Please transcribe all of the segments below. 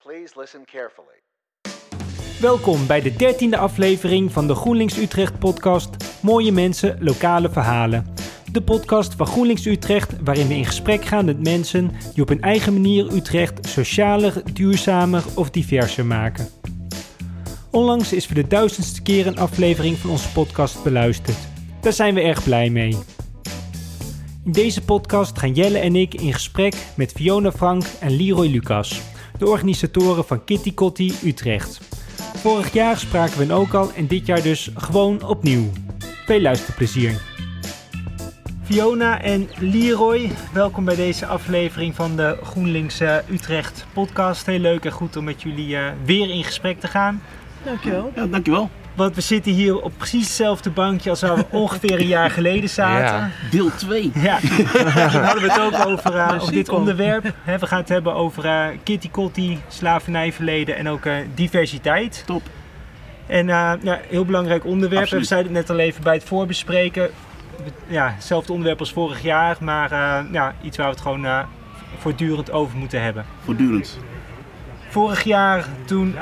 Please listen carefully. Welkom bij de 13e aflevering van de GroenLinks Utrecht podcast Mooie Mensen, Lokale Verhalen. De podcast van GroenLinks Utrecht waarin we in gesprek gaan met mensen die op hun eigen manier Utrecht socialer, duurzamer of diverser maken. Onlangs is voor de 1000ste keer een aflevering van onze podcast beluisterd. Daar zijn we erg blij mee. In deze podcast gaan Jelle en ik in gesprek met Fiona Frank en Leroy Lucas, de organisatoren van Kitty Kotti Utrecht. Vorig jaar spraken we hen ook al en dit jaar dus gewoon opnieuw. Veel luisterplezier. Fiona en Leroy, welkom bij deze aflevering van de GroenLinks Utrecht podcast. Heel leuk en goed om met jullie weer in gesprek te gaan. Dankjewel. Ja, dankjewel. Want we zitten hier op precies hetzelfde bankje als waar we ongeveer een jaar geleden zaten. Ja. Deel 2. Ja, toen hadden we het ook over dit onderwerp. We gaan het hebben over Kitty Kotti, slavernijverleden en ook diversiteit. Top. En heel belangrijk onderwerp. Absoluut. We zeiden het net al even bij het voorbespreken. Ja, hetzelfde onderwerp als vorig jaar, maar iets waar we het gewoon voortdurend over moeten hebben. Voortdurend. Vorig jaar toen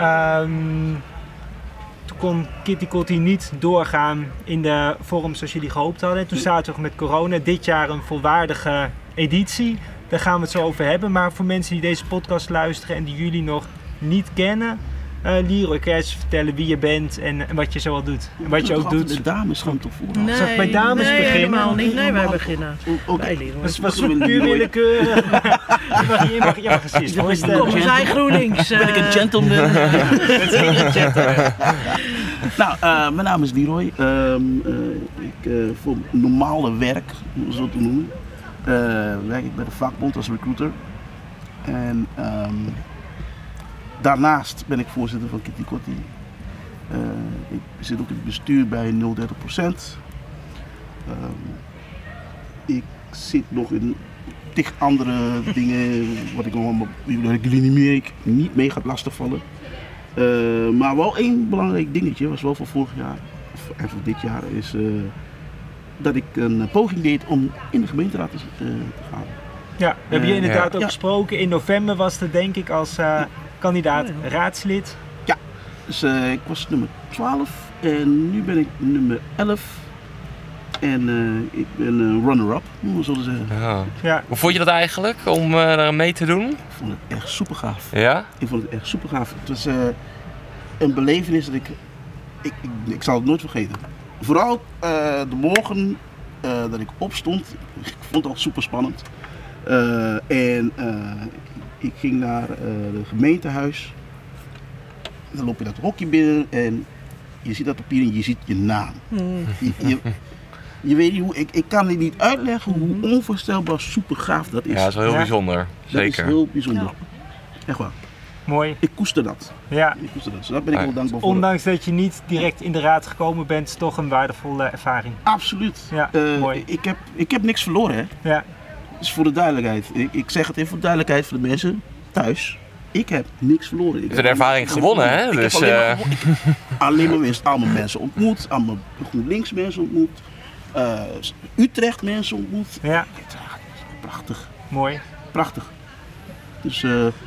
kon Kitty Kotti niet doorgaan in de vorm zoals jullie gehoopt hadden. Toen zaten we met corona. Dit jaar een volwaardige editie. Daar gaan we het zo over hebben. Maar voor mensen die deze podcast luisteren en die jullie nog niet kennen, Leroy, kan jij eens vertellen wie je bent en wat je zo al doet? En wat je ook doet. De dames gaan toch voor. Nee, Zal ik bij dames beginnen? Helemaal niet. Nee, wij beginnen. Oké. Dat was puur willekeurig. Je mag precies voorstellen. Kom, we zijn GroenLinks. Ben ik een gentleman? Het is een gentleman. Nou, mijn naam is Leroy. Voor normale werk, om het zo te noemen, werk ik bij de vakbond als recruiter. En daarnaast ben ik voorzitter van Kitty Kotti. Ik zit ook in het bestuur bij 030%. Ik zit nog in tig andere dingen wat ik niet mee gaat lastigvallen. Maar wel één belangrijk dingetje was wel van vorig jaar en voor dit jaar is dat ik een poging deed om in de gemeenteraad te gaan. Ja, we hebben je inderdaad ook ja. gesproken. In november was het denk ik als kandidaat raadslid. Ja, dus ik was nummer 12 en nu ben ik nummer 11. En ik ben runner-up, moet we zo zeggen. Ja. Ja. Hoe vond je dat eigenlijk om daar mee te doen? Ik vond het echt super gaaf. Ja? Ik vond het echt super gaaf. Het was een belevenis dat ik zal het nooit vergeten. Vooral de morgen dat ik opstond, ik vond het al super spannend. Ik ging naar het gemeentehuis. Dan loop je dat hokje binnen en je ziet dat papier en je ziet je naam. Je weet niet hoe, ik kan het niet uitleggen hoe onvoorstelbaar super gaaf dat is. Ja, dat is wel heel bijzonder. Dat Zeker. is heel bijzonder. Ja. Echt waar. Mooi. Ik koester dat. Ja. Dus daar ben ik wel dankbaar voor. Ondanks dat je niet direct in de raad gekomen bent, is het toch een waardevolle ervaring. Absoluut. Ja, mooi. Ik heb niks verloren, hè. Ja. Dus voor de duidelijkheid. Ik zeg het even voor de duidelijkheid voor de mensen thuis. Ik heb niks verloren. Je hebt een ervaring gewonnen, hè? Ik Dus, heb alleen maar winst. Allemaal mensen ontmoet. Allemaal GroenLinks mensen ontmoet. Utrecht mensen ontmoet. Ja, Prachtig. mooi. Prachtig. Dus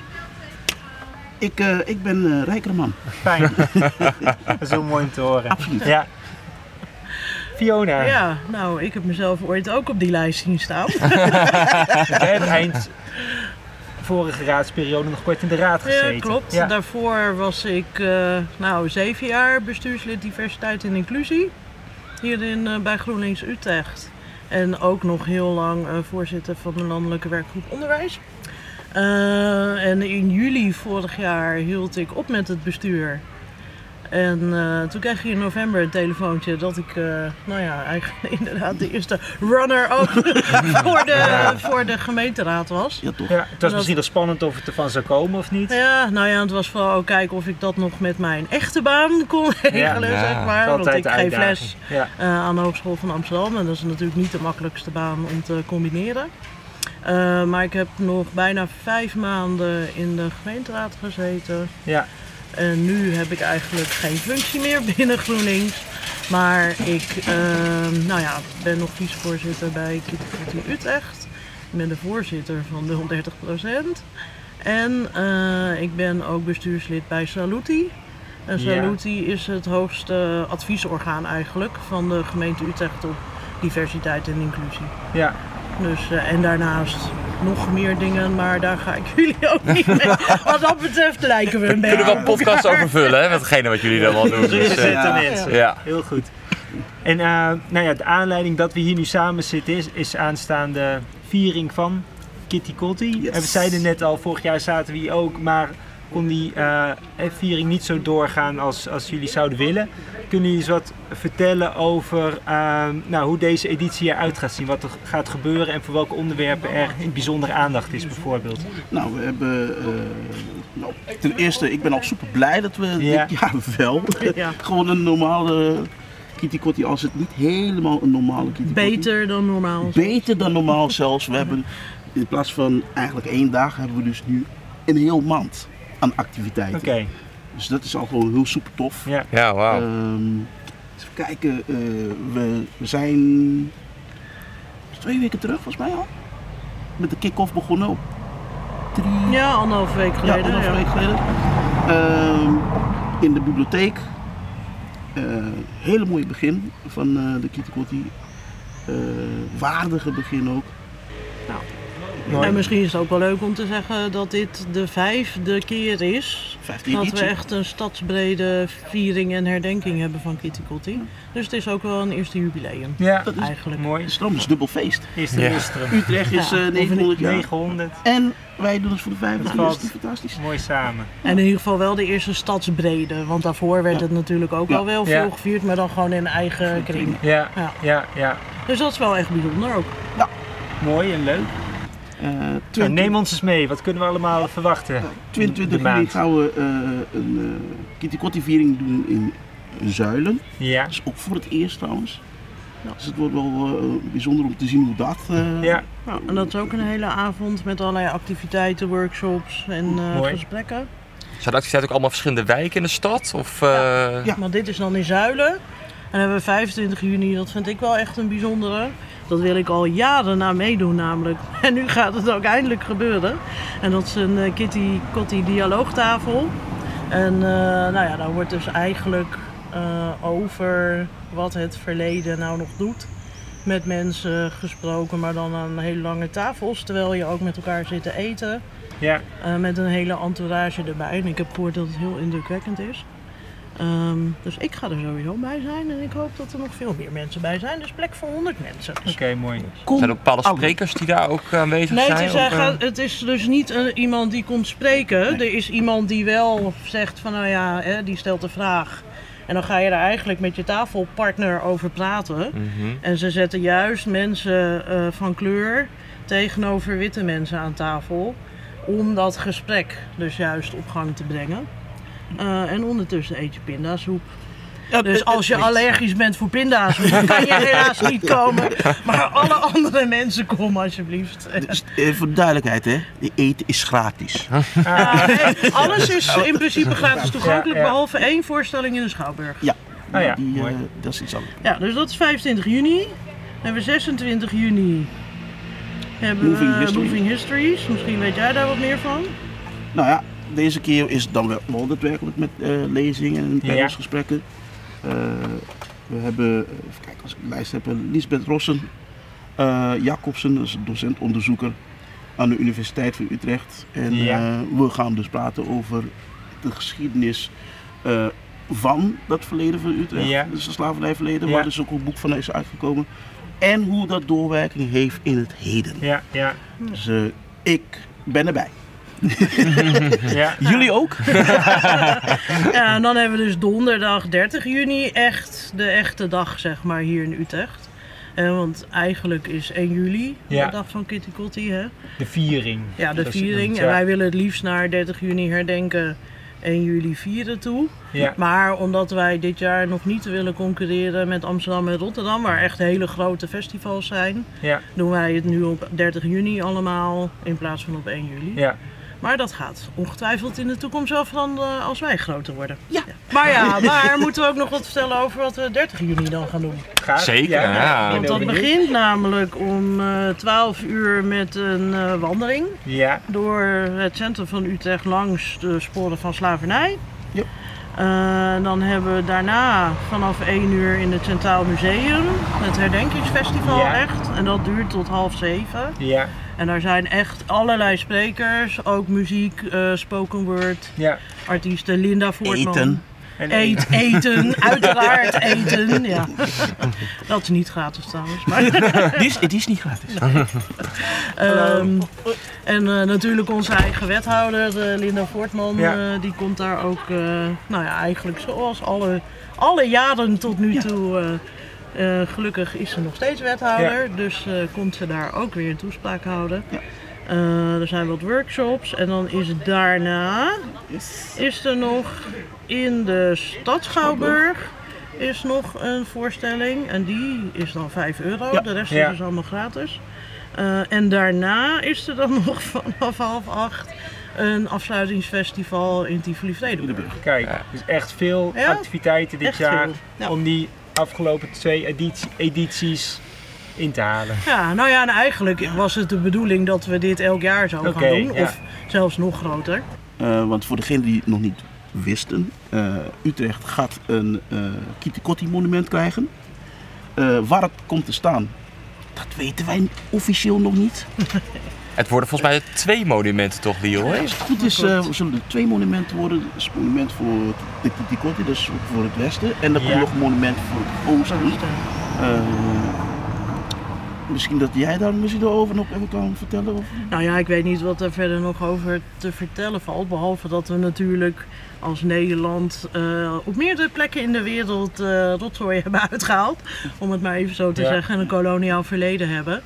ik ben een rijkere man. Fijn. Dat is heel mooi om te horen. Absoluut. Ja. Fiona, Ja, nou, ik heb mezelf ooit ook op die lijst zien staan. jij hebt eind vorige raadsperiode nog kort in de raad gezeten. Ja, klopt. Ja. Daarvoor was ik 7 jaar bestuurslid diversiteit en inclusie. Hierin bij GroenLinks Utrecht. En ook nog heel lang voorzitter van de landelijke werkgroep onderwijs. En in juli vorig jaar hield ik op met het bestuur. En toen kreeg ik in november een telefoontje dat ik, eigenlijk inderdaad de eerste runner-up voor de gemeenteraad was. Ja, toch? Ja, het was misschien nog spannend of het ervan zou komen of niet. Ja, nou ja, het was vooral ook kijken of ik dat nog met mijn echte baan kon regelen, Ja, zeg maar. dat is Want altijd ik de geef uitdaging. les Ja. aan de Hogeschool van Amsterdam en dat is natuurlijk niet de makkelijkste baan om te combineren. Maar ik heb nog bijna 5 maanden in de gemeenteraad gezeten. Ja. En nu heb ik eigenlijk geen functie meer binnen GroenLinks. Maar ik ben nog vicevoorzitter bij Kitty Kotti Utrecht. Ik ben de voorzitter van de 130%. En ik ben ook bestuurslid bij Saluti. En Saluti is het hoogste adviesorgaan eigenlijk van de gemeente Utrecht op diversiteit en inclusie. Ja. Dus, en daarnaast nog meer dingen, maar daar ga ik jullie ook niet mee. Wat dat betreft lijken we een beetje. Kunnen we een podcast over vullen, hè? Met hetgene wat jullie dan wel doen. Dus, mensen. ja. Heel goed. En de aanleiding dat we hier nu samen zitten is aanstaande viering van Kitty Kotti. Yes. We zeiden net al, vorig jaar zaten we hier ook, maar kon die viering niet zo doorgaan als jullie zouden willen. Kunnen jullie eens wat vertellen over hoe deze editie eruit gaat zien? Wat er gaat gebeuren en voor welke onderwerpen er in bijzondere aandacht is bijvoorbeeld? Nou, we hebben... ten eerste, ik ben al super blij dat we dit jaar wel gewoon een normale Kitty Kotti, als het niet helemaal een normale Kitty Kotti. Beter dan normaal. Beter dan normaal zelfs. We hebben in plaats van eigenlijk 1 dag, hebben we dus nu een heel maand aan activiteiten. Oké. Dus dat is al gewoon heel super tof. Ja. Ja, wauw. Even kijken, we zijn 2 weken terug volgens mij al. Met de kick-off begonnen op 3... Ja, 1,5 week geleden. Ja, 1,5 week geleden. In de bibliotheek. Hele mooie begin van de Kitty Kotti. Waardige begin ook. Mooi. En misschien is het ook wel leuk om te zeggen dat dit de 5e keer is 15 dat we editie. echt een stadsbrede viering en herdenking hebben van Kitty Kotti. Dus het is ook wel een eerste jubileum. Ja, Dat is Eigenlijk. mooi. Het is dubbel feest. Eerste Ja. lustrum. Utrecht is Ja, 900 jaar. 900. En wij doen het voor de 5e. Dat Dat valt. is fantastisch. Mooi samen. En in ieder geval wel de eerste stadsbrede, want daarvoor werd het natuurlijk ook al wel veel Ja. gevierd, maar dan gewoon in eigen kring. Ja, Ja. ja. Dus dat is wel echt bijzonder ook. Mooi en leuk. Nou, neem ons eens mee. Wat kunnen we allemaal verwachten? 22 de juli maand. gaan we een Kitty Kotti viering doen in Zuilen. Ja. Dat is ook voor het eerst trouwens. Dus het wordt wel bijzonder om te zien hoe dat... Ja. Ja, en dat is ook een hele avond met allerlei activiteiten, workshops en Mooi. gesprekken. Zijn de activiteiten ook allemaal verschillende wijken in de stad? Of, Ja. Maar dit is dan in Zuilen. En dan hebben we 25 juni, dat vind ik wel echt een bijzondere. Dat wil ik al jaren na meedoen namelijk. En nu gaat het ook eindelijk gebeuren. En dat is een Kitty Kotti dialoogtafel. En daar wordt dus eigenlijk over wat het verleden nou nog doet. Met mensen gesproken, maar dan aan hele lange tafels. Terwijl je ook met elkaar zit te eten. Ja. Met een hele entourage erbij. En ik heb gehoord dat het heel indrukwekkend is. Dus ik ga er sowieso bij zijn en ik hoop dat er nog veel meer mensen bij zijn. Dus plek voor 100 mensen. Dus Oké, mooi. zijn er ook bepaalde sprekers die daar ook aanwezig nee, zijn? het is dus niet iemand die komt spreken. Er is iemand die wel zegt van die stelt de vraag. En dan ga je daar eigenlijk met je tafelpartner over praten. Mhm. En ze zetten juist mensen van kleur tegenover witte mensen aan tafel. Om dat gesprek dus juist op gang te brengen. En ondertussen eet je pindasoep. Ja, Dus als je allergisch bent voor pindasoep, dan kan je helaas niet komen. Maar alle andere mensen, kom alsjeblieft. voor de duidelijkheid, hè, de eten is gratis. Alles is in principe gratis toegankelijk, Ja, ja. behalve 1 voorstelling in de Schouwburg. Ja, Oh ja, die, mooi. dat is iets anders. Ja, dus dat is 25 juni. Dan hebben we 26 juni. Hebben Moving we History. Moving Histories. Misschien weet jij daar wat meer van. Nou ja, deze keer is het dan wel daadwerkelijk met lezingen en panelsgesprekken. We hebben, even kijken als ik de lijst heb, Lisbeth Rossen, Jacobsen, dat is een docent-onderzoeker aan de Universiteit van Utrecht. En we gaan dus praten over de geschiedenis van dat verleden van Utrecht. Ja. Dus het slavernijverleden, Ja. waar dus ook een boek van is uitgekomen. En hoe dat doorwerking heeft in het heden. Ja, ja. Dus ik ben erbij. Ja. Jullie ook? Ja, en dan hebben we dus donderdag 30 juni echt de echte dag, zeg maar, hier in Utrecht. Want eigenlijk is 1 juli Ja. de dag van Kitty Kotti, hè? De viering. Ja, de Dat is- viering. ja. En wij willen het liefst naar 30 juni herdenken, 1 juli vieren toe. Ja. Maar omdat wij dit jaar nog niet willen concurreren met Amsterdam en Rotterdam, waar echt hele grote festivals zijn, Ja. doen wij het nu op 30 juni allemaal in plaats van op 1 juli. Ja. Maar dat gaat ongetwijfeld in de toekomst wel veranderen als wij groter worden. Ja. Maar moeten we ook nog wat vertellen over wat we 30 juni dan gaan doen. Graag. Zeker, ja. Want dat begint namelijk om 12 uur met een wandeling door het centrum van Utrecht langs de sporen van slavernij. Ja. Dan hebben we daarna vanaf 1 uur in het Centraal Museum het herdenkingsfestival echt. En dat duurt tot 6:30. Ja. En daar zijn echt allerlei sprekers, ook muziek, spoken word, artiesten, Linda Voortman. Eten, uiteraard eten. Ja. Dat is niet gratis trouwens. Maar Het is niet gratis. En natuurlijk onze eigen wethouder, Linda Voortman, die komt daar ook, eigenlijk zoals alle jaren tot nu toe. Gelukkig is ze nog steeds wethouder, dus komt ze daar ook weer een toespraak houden. Ja. Er zijn wat workshops en dan is daarna is er nog in de Stad Schouwburg is nog een voorstelling en die is dan €5. De rest is dus allemaal gratis. En daarna is er dan nog vanaf 7:30 een afsluitingsfestival in Tivoli-Vredenburg. Kijk, dus echt veel activiteiten dit jaar om die afgelopen 2 edities in te halen. Ja, en eigenlijk was het de bedoeling dat we dit elk jaar zouden gaan doen, of zelfs nog groter. Want voor degenen die het nog niet wisten, Utrecht gaat een Kitty Kotti monument krijgen. Waar het komt te staan, dat weten wij officieel nog niet. Het worden volgens mij 2 monumenten toch, Liel? Als het goed is, zullen er 2 monumenten worden. Dus een monument voor de Kitty Kotti, dus voor het westen. En dan komt nog een monument voor het oosten. Misschien dat jij daar misschien over nog even kan vertellen? Of? Nou ja, ik weet niet wat er verder nog over te vertellen valt. Behalve dat we natuurlijk als Nederland op meerdere plekken in de wereld rotzooi hebben uitgehaald. Om het maar even zo te zeggen. En een koloniaal verleden hebben.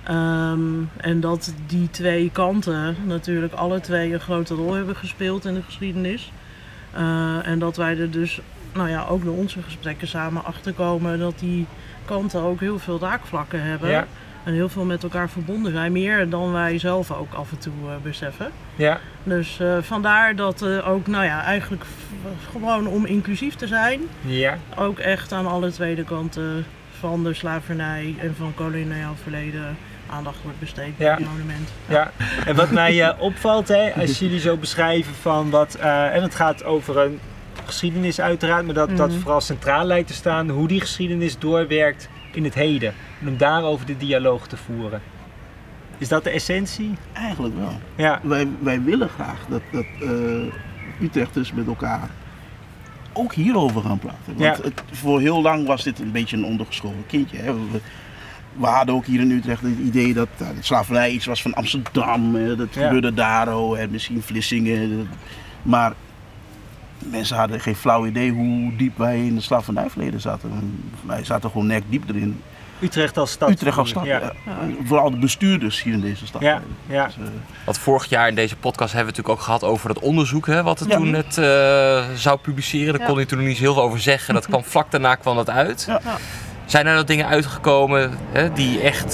En dat die 2 kanten natuurlijk alle 2 een grote rol hebben gespeeld in de geschiedenis. En dat wij er dus ook door onze gesprekken samen achterkomen dat die kanten ook heel veel raakvlakken hebben. Ja. En heel veel met elkaar verbonden zijn. Meer dan wij zelf ook af en toe beseffen. Ja. Dus vandaar dat ook eigenlijk gewoon om inclusief te zijn. Ja. Ook echt aan alle 2 kanten van de slavernij en van koloniaal verleden aandacht wordt besteed bij het monument. Ja. En wat mij opvalt, als jullie zo beschrijven van wat, en het gaat over een geschiedenis uiteraard, maar dat vooral centraal lijkt te staan, hoe die geschiedenis doorwerkt in het heden. En om daarover de dialoog te voeren. Is dat de essentie? Eigenlijk wel. Ja. Wij willen graag dat Utrechters met elkaar ook hierover gaan praten. Want voor heel lang was dit een beetje een ondergeschoven kindje. Hè. We hadden ook hier in Utrecht het idee dat de slavernij iets was van Amsterdam. Dat gebeurde daar, en misschien Vlissingen. Maar mensen hadden geen flauw idee hoe diep wij in de slavernijverleden zaten. Wij zaten gewoon nek diep erin. Utrecht als stad. Vooral de bestuurders hier in deze stad. Ja. Dus, wat vorig jaar in deze podcast hebben we natuurlijk ook gehad over dat onderzoek, wat het toen net zou publiceren. Daar kon hij toen nog niet zo heel veel over zeggen. Dat kwam vlak daarna kwam dat uit. Ja. Zijn er nog dingen uitgekomen die echt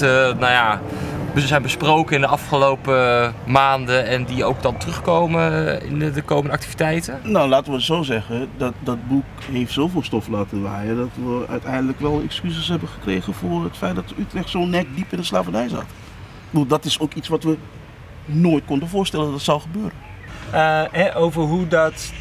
zijn besproken in de afgelopen maanden en die ook dan terugkomen in de komende activiteiten? Nou, laten we het zo zeggen. Dat boek heeft zoveel stof laten waaien dat we uiteindelijk wel excuses hebben gekregen voor het feit dat Utrecht zo nek diep in de slavernij zat. Dat is ook iets wat we nooit konden voorstellen dat zou gebeuren. Over hoe dat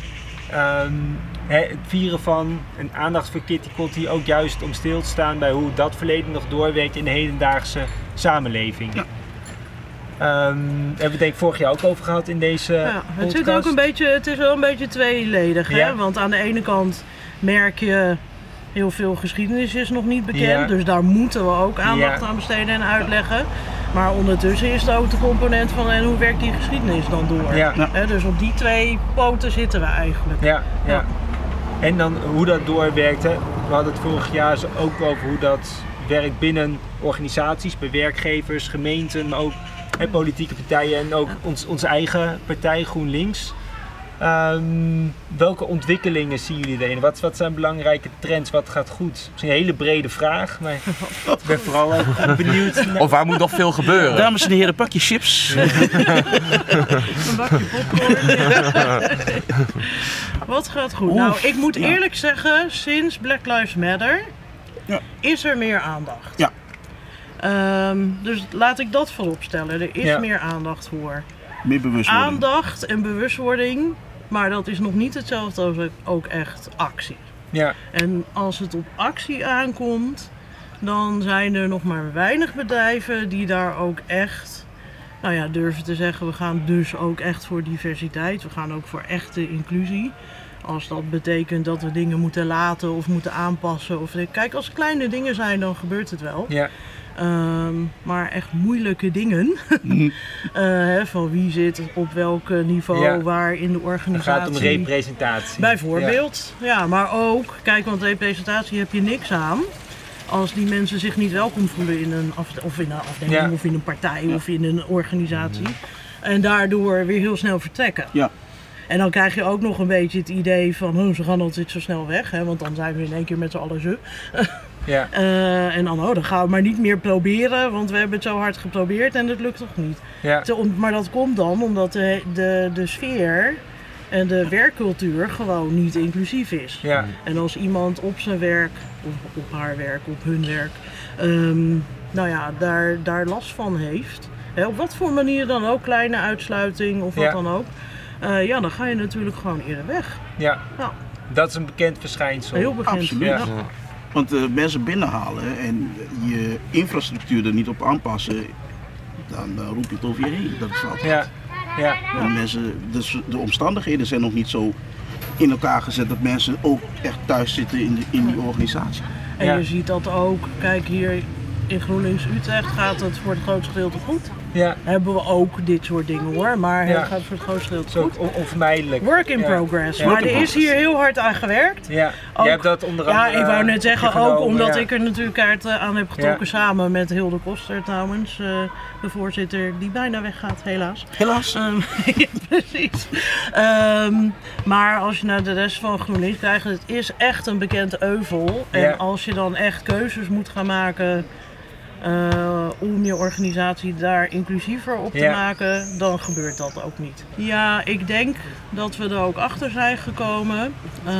het vieren van een aandacht voor Kitty Kotti ook juist om stil te staan bij hoe dat verleden nog doorwerkt in de hedendaagse samenleving. Ja. Hebben we denk ik vorig jaar ook over gehad in deze podcast. Het is wel een beetje tweeledig. Hè? Want aan de ene kant merk je heel veel geschiedenis is nog niet bekend. Dus daar moeten we ook aandacht aan besteden en uitleggen. Maar ondertussen is er ook de component van en hoe werkt die geschiedenis dan door. Dus op die 2 poten zitten we eigenlijk. Ja. En dan hoe dat doorwerkt. We hadden het vorig jaar ook over hoe dat werkt binnen organisaties, bij werkgevers, gemeenten, maar ook politieke partijen en ook onze eigen partij GroenLinks. Welke ontwikkelingen zien jullie erin? Wat zijn belangrijke trends? Wat gaat goed? Misschien een hele brede vraag, maar ik ben vooral ook benieuwd. Of waar moet nog veel gebeuren? Dames en heren, pak je chips. Een bakje popcorn. Wat gaat goed? Nou, ik moet eerlijk zeggen, sinds Black Lives Matter is er meer aandacht. Ja. Dus laat ik dat voorop stellen. Er is meer aandacht voor. Meer bewustwording. Aandacht en bewustwording, maar dat is nog niet hetzelfde als ook echt actie. Ja. En als het op actie aankomt, dan zijn er nog maar weinig bedrijven die daar ook echt durven te zeggen, we gaan dus ook echt voor diversiteit. We gaan ook voor echte inclusie. Als dat betekent dat we dingen moeten laten of moeten aanpassen. Kijk, als het kleine dingen zijn, dan gebeurt het wel. Ja. Maar echt moeilijke dingen. Van wie zit op welk niveau, waar in de organisatie. Het gaat om representatie. Bijvoorbeeld. Ja, maar ook, kijk, want representatie heb je niks aan. Als die mensen zich niet welkom voelen in een afdeling of in een partij of in een organisatie. En daardoor weer heel snel vertrekken. Ja. En dan krijg je ook nog een beetje het idee van, ze gaan altijd zo snel weg. Want dan zijn we in één keer met z'n allen zo. Ja. En dan gaan we maar niet meer proberen, want we hebben het zo hard geprobeerd en het lukt toch niet. Ja. Maar dat komt dan omdat de sfeer en de werkcultuur gewoon niet inclusief is. Ja. En als iemand op zijn werk, of op haar werk, op hun werk, daar last van heeft, op wat voor manier dan ook, kleine uitsluiting of wat dan ook, dan ga je natuurlijk gewoon eerder weg. Ja. Ja. Dat is een bekend verschijnsel. Heel bekend. Absoluut. Ja. Want mensen binnenhalen en je infrastructuur er niet op aanpassen, dan roep je het over je heen. Dat is altijd. Ja. Ja. En mensen, dus de omstandigheden zijn nog niet zo in elkaar gezet dat mensen ook echt thuis zitten in die organisatie. En je ziet dat ook, kijk hier in GroenLinks Utrecht gaat het voor het grootste gedeelte goed. Ja. Hebben we ook dit soort dingen hoor, maar het gaat voor het grootste gedeelte goed. Onvermijdelijk. Work in progress. Ja. Maar er is hier heel hard aan gewerkt. Ja. Ook, jij hebt dat onder andere. Ja, ik wou net zeggen, ook omdat ik er natuurlijk kaart aan heb getrokken samen met Hilde Koster trouwens. De voorzitter die bijna weggaat, helaas. Helaas. Ja, precies. Maar als je naar de rest van GroenLinks kijkt, het is echt een bekend euvel. En als je dan echt keuzes moet gaan maken om je organisatie daar inclusiever op te maken, dan gebeurt dat ook niet. Ja, ik denk dat we er ook achter zijn gekomen.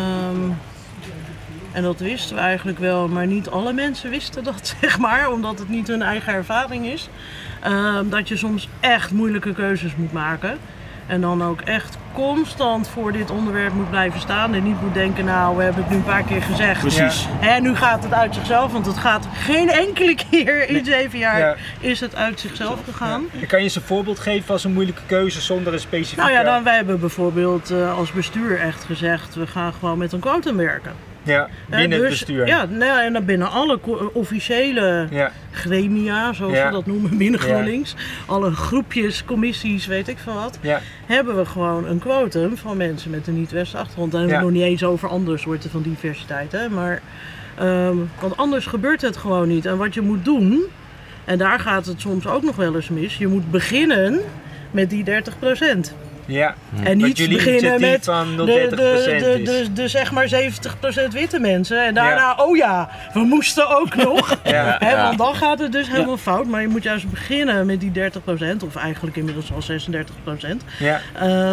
En dat wisten we eigenlijk wel, maar niet alle mensen wisten dat, zeg maar, omdat het niet hun eigen ervaring is. Dat je soms echt moeilijke keuzes moet maken. En dan ook echt constant voor dit onderwerp moet blijven staan. En niet moet denken, nou, we hebben het nu een paar keer gezegd. Precies. En nu gaat het uit zichzelf, want het gaat geen enkele keer in 7 jaar is het uit zichzelf gegaan. Ja. Kan je eens een voorbeeld geven als een moeilijke keuze zonder een specifieke... Nou ja, wij hebben bijvoorbeeld als bestuur echt gezegd, we gaan gewoon met een quotum werken. Ja, binnen het bestuur. Ja, en dan binnen alle officiële gremia, zoals we dat noemen, binnen GroenLinks. Alle groepjes, commissies, weet ik veel wat. Hebben we gewoon een quotum van mensen met een niet-westerse achtergrond. Dan hebben we het nog niet eens over andere soorten van diversiteit. Hè? Maar, want anders gebeurt het gewoon niet. En wat je moet doen, en daar gaat het soms ook nog wel eens mis. Je moet beginnen met die 30%. Ja, en niet beginnen met de zeg maar 70% witte mensen en daarna, we moesten ook nog. Want dan gaat het dus helemaal fout. Maar je moet juist beginnen met die 30%, of eigenlijk inmiddels al 36%. Ja.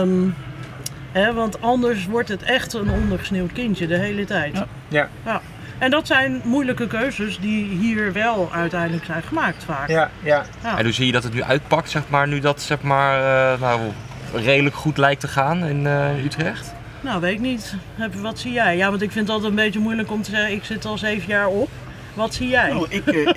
Want anders wordt het echt een ondergesneeuwd kindje de hele tijd. Ja. En dat zijn moeilijke keuzes die hier wel uiteindelijk zijn gemaakt vaak. Ja. En hoe zie je dat het nu uitpakt, zeg maar, nu dat redelijk goed lijkt te gaan in Utrecht? Nou, weet ik niet. Wat zie jij? Ja, want ik vind het altijd een beetje moeilijk om te zeggen, ik zit al 7 jaar op. Wat zie jij? Nou,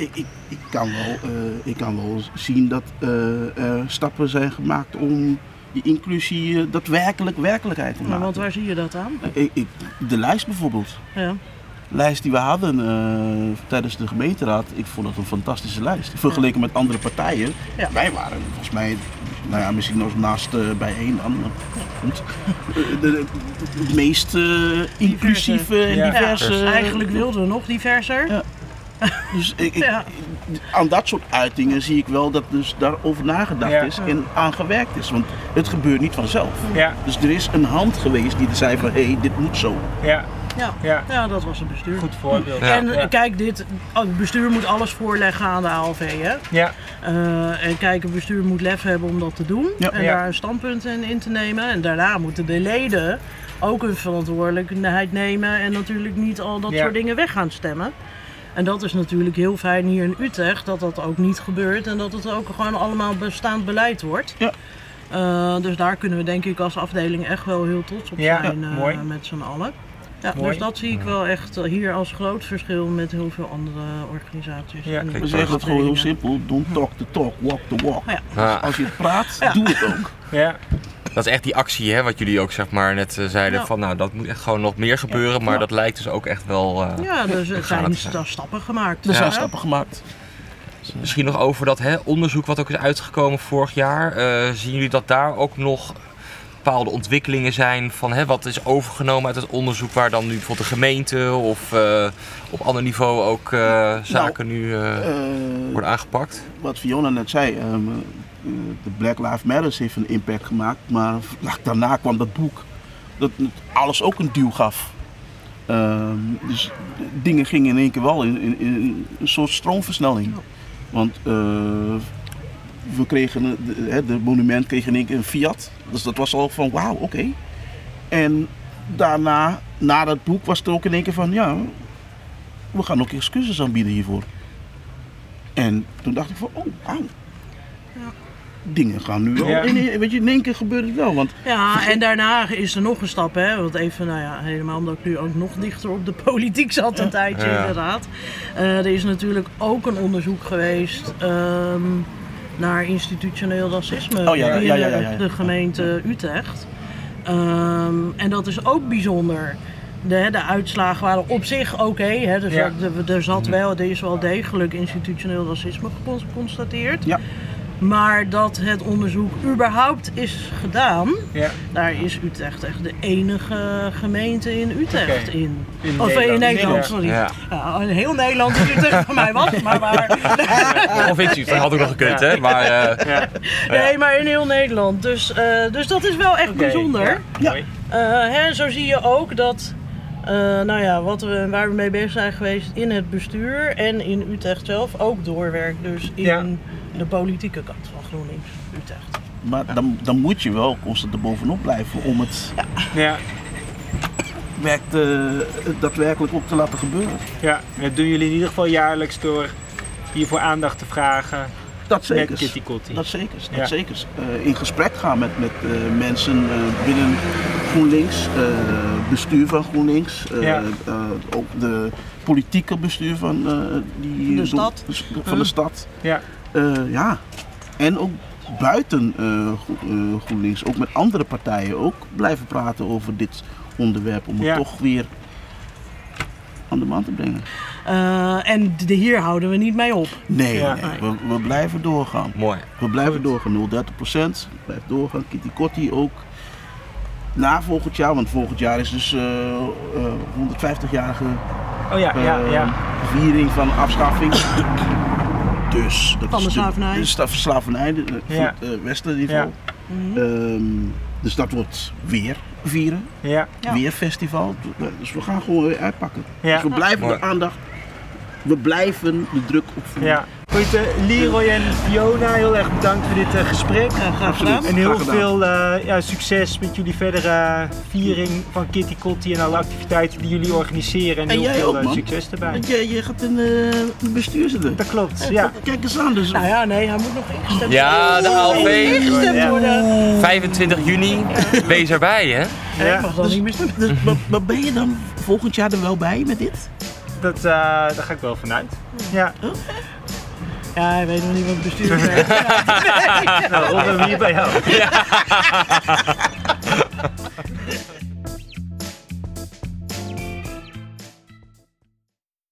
ik kan wel zien dat er stappen zijn gemaakt om die inclusie daadwerkelijk werkelijkheid te maken. Want waar zie je dat aan? De lijst bijvoorbeeld. Ja. De lijst die we hadden tijdens de gemeenteraad, ik vond dat een fantastische lijst. Vergeleken met andere partijen. Ja. Wij waren volgens mij, misschien nog naast bijeen dan. Het meest inclusieve en diverse. Eigenlijk wilden we nog diverser. Ja. Dus aan dat soort uitingen zie ik wel dat dus daarover nagedacht is en aan gewerkt is. Want het gebeurt niet vanzelf. Ja. Dus er is een hand geweest die zei van, hé, dit moet zo. Ja, dat was het bestuur. Goed voorbeeld. Ja. En kijk, het bestuur moet alles voorleggen aan de ALV. Hè? Ja. En kijk, het bestuur moet lef hebben om dat te doen. Ja. En daar een standpunt in te nemen. En daarna moeten de leden ook hun verantwoordelijkheid nemen. En natuurlijk niet al dat soort dingen weg gaan stemmen. En dat is natuurlijk heel fijn hier in Utrecht, dat dat ook niet gebeurt. En dat het ook gewoon allemaal bestaand beleid wordt. Ja. Dus daar kunnen we denk ik als afdeling echt wel heel trots op zijn met z'n allen. Ja, dus dat zie ik wel echt hier als groot verschil met heel veel andere organisaties. Ja. We zeggen het gewoon heel simpel, don't talk the talk, walk the walk. Dus als je het praat, doe het ook. Ja. Dat is echt die actie, hè, wat jullie ook zeg maar net zeiden van nou dat moet echt gewoon nog meer gebeuren, maar dat lijkt dus ook echt wel dus er zijn stappen gemaakt. Er zijn stappen gemaakt. Misschien nog over dat onderzoek wat ook is uitgekomen vorig jaar. Zien jullie dat daar ook nog bepaalde ontwikkelingen zijn van wat is overgenomen uit het onderzoek waar dan nu bijvoorbeeld de gemeente of op ander niveau ook zaken nu worden aangepakt? Wat Fiona net zei, de Black Lives Matter heeft een impact gemaakt, maar daarna kwam dat boek dat alles ook een duw gaf. Dus dingen gingen in één keer wel in een soort stroomversnelling. Want we kregen, de monument kreeg in één keer een Fiat. Dus dat was al van wauw, oké. En daarna, na dat boek, was het ook in één keer van ja, we gaan ook excuses aanbieden hiervoor. En toen dacht ik van oh, wauw. Ja. Dingen gaan nu wel. In één keer gebeurt het wel. Want en daarna is er nog een stap, hè? Want even, helemaal omdat ik nu ook nog dichter op de politiek zat een tijdje inderdaad. Er is natuurlijk ook een onderzoek geweest naar institutioneel racisme binnen de gemeente Utrecht. En dat is ook bijzonder. De uitslagen waren op zich oké. Dus er is wel degelijk institutioneel racisme geconstateerd. Ja. Maar dat het onderzoek überhaupt is gedaan, daar is Utrecht echt de enige gemeente in Utrecht in Nederland, sorry. Ja. In heel Nederland is Utrecht van mij wat, maar waar... Provincie, dat had ook nog gekund, hè? Maar, Nee, maar in heel Nederland. Dus dat is wel echt bijzonder. Ja. Zo zie je ook dat... waar we mee bezig zijn geweest in het bestuur en in Utrecht zelf ook doorwerkt. Dus in de politieke kant van GroenLinks Utrecht. Maar dan moet je wel constant erbovenop blijven om het daadwerkelijk op te laten gebeuren. Ja, dat doen jullie in ieder geval jaarlijks door hiervoor aandacht te vragen. Dat zeker. Met Kitty Kotti. Dat zeker. In gesprek gaan met mensen binnen GroenLinks, bestuur van GroenLinks, ook de politieke bestuur van de stad. Van de stad. Ja. En ook buiten GroenLinks, ook met andere partijen ook blijven praten over dit onderwerp om het toch weer aan de man te brengen. En hier houden we niet mee op. Nee. We blijven doorgaan. Mooi. We blijven doorgaan. 0,30%. Blijft doorgaan. Kitty Kotti ook. Na volgend jaar, want volgend jaar is dus 150-jarige viering van afschaffing. Dus dat van is de slavernij. Dus dat slavernij voor het westenniveau. Dus dat wordt weer vieren. Weer festival. Dus we gaan gewoon weer uitpakken. Dus we blijven de aandacht. We blijven de druk opvoeren. Goed, Leroy en Fiona, heel erg bedankt voor dit gesprek. Graag gedaan. En heel veel succes met jullie verdere viering van Kitty Kotti en alle activiteiten die jullie organiseren. En heel veel succes erbij. Want jij gaat in het bestuur zitten. Dat klopt, Kijk eens aan. Dus... hij moet nog ingestemd worden. Ja, de ALV. Ingestemd worden. 25 juni, wees erbij, hè? Ik mag dan niet meer stemmen. Maar ben je dan volgend jaar er wel bij met dit? Daar ga ik wel vanuit. Ja. Ja, hij weet nog niet wat het bestuur zegt. Nou, Robben, hier bij jou.